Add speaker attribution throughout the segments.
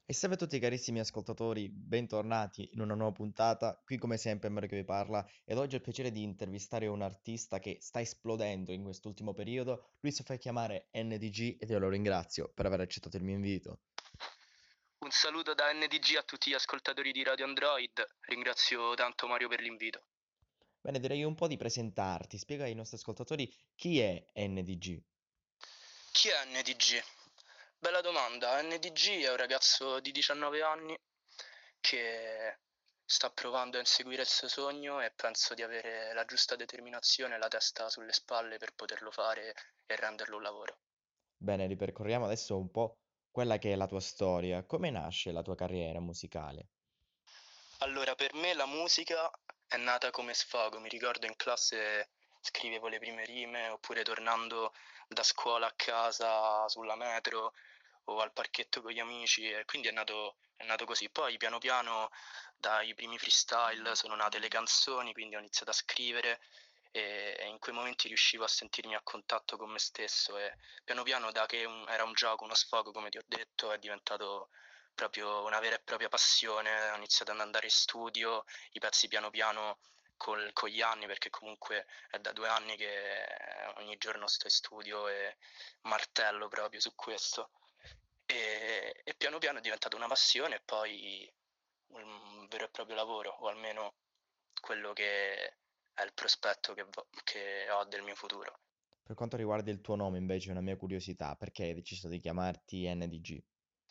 Speaker 1: E salve a tutti carissimi ascoltatori, bentornati in una nuova puntata. Qui come sempre è Mario che vi parla ed oggi ho il piacere di intervistare un artista che sta esplodendo in quest'ultimo periodo. Lui si fa chiamare NDG ed io lo ringrazio per aver accettato il mio invito.
Speaker 2: Un saluto da NDG a tutti gli ascoltatori di Radio Android, ringrazio tanto Mario per l'invito.
Speaker 1: Bene, direi un po' di presentarti. Spiega ai nostri ascoltatori chi è NDG.
Speaker 2: Chi è NDG? Bella domanda, NDG è un ragazzo di 19 anni che sta provando a inseguire il suo sogno e penso di avere la giusta determinazione e la testa sulle spalle per poterlo fare e renderlo un lavoro.
Speaker 1: Bene, ripercorriamo adesso un po' quella che è la tua storia. Come nasce la tua carriera musicale?
Speaker 2: Allora, per me la musica è nata come sfogo. Mi ricordo in classe scrivevo le prime rime, oppure tornando da scuola a casa sulla metro o al parchetto con gli amici, e quindi è nato così. Poi piano piano dai primi freestyle sono nate le canzoni, quindi ho iniziato a scrivere e in quei momenti riuscivo a sentirmi a contatto con me stesso e piano piano da che era un gioco, uno sfogo, come ti ho detto, è diventato proprio una vera e propria passione. Ho iniziato ad andare in studio, i pezzi piano piano con gli anni, perché comunque è da 2 anni che ogni giorno sto in studio e martello proprio su questo. E piano piano è diventata una passione e poi un vero e proprio lavoro, o almeno quello che è il prospetto che ho del mio futuro.
Speaker 1: Per quanto riguarda il tuo nome, invece, una mia curiosità, perché hai deciso di chiamarti NDG?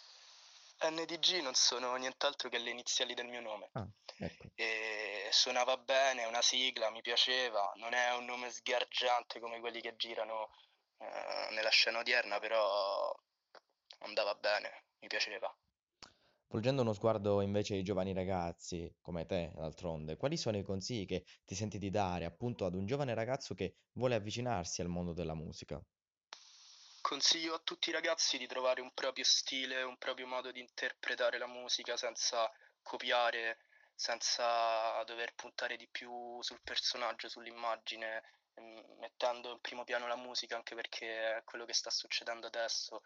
Speaker 2: NDG non sono nient'altro che le iniziali del mio nome.
Speaker 1: Ah, ecco.
Speaker 2: E suonava bene, è una sigla, mi piaceva, non è un nome sgargiante come quelli che girano nella scena odierna, però andava bene, mi piaceva.
Speaker 1: Volgendo uno sguardo invece ai giovani ragazzi, come te, d'altronde, quali sono i consigli che ti senti di dare appunto ad un giovane ragazzo che vuole avvicinarsi al mondo della musica?
Speaker 2: Consiglio a tutti i ragazzi di trovare un proprio stile, un proprio modo di interpretare la musica senza copiare, senza dover puntare di più sul personaggio, sull'immagine, mettendo in primo piano la musica, anche perché è quello che sta succedendo adesso,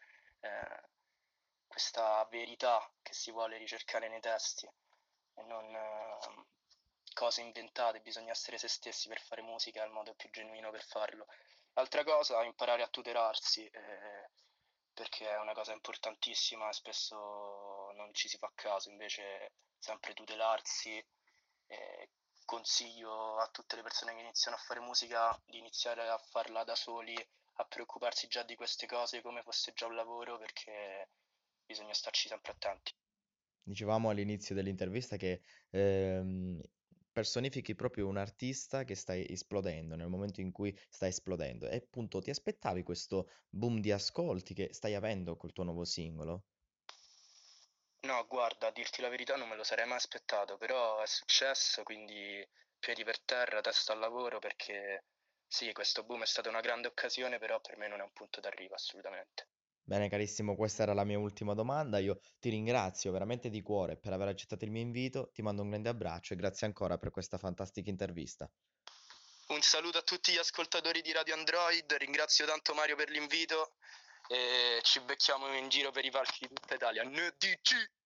Speaker 2: questa verità che si vuole ricercare nei testi e non cose inventate. Bisogna essere se stessi per fare musica, è il modo più genuino per farlo. Altra cosa, imparare a tutelarsi, perché è una cosa importantissima e spesso non ci si fa caso, invece sempre tutelarsi. eh, Consiglio a tutte le persone che iniziano a fare musica di iniziare a farla da soli, a preoccuparsi già di queste cose come fosse già un lavoro, perché bisogna starci sempre attenti.
Speaker 1: Dicevamo all'inizio dell'intervista che ehm, personifichi proprio un artista che sta esplodendo, nel momento in cui sta esplodendo. E appunto ti aspettavi questo boom di ascolti che stai avendo col tuo nuovo singolo?
Speaker 2: No, guarda, a dirti la verità non me lo sarei mai aspettato, però è successo, quindi piedi per terra, testa al lavoro, perché sì, questo boom è stata una grande occasione, però per me non è un punto d'arrivo assolutamente.
Speaker 1: Bene, carissimo, questa era la mia ultima domanda. Io ti ringrazio veramente di cuore per aver accettato il mio invito, ti mando un grande abbraccio e grazie ancora per questa fantastica intervista.
Speaker 2: Un saluto a tutti gli ascoltatori di Radio Android, ringrazio tanto Mario per l'invito e ci becchiamo in giro per i palchi di tutta Italia. NDC!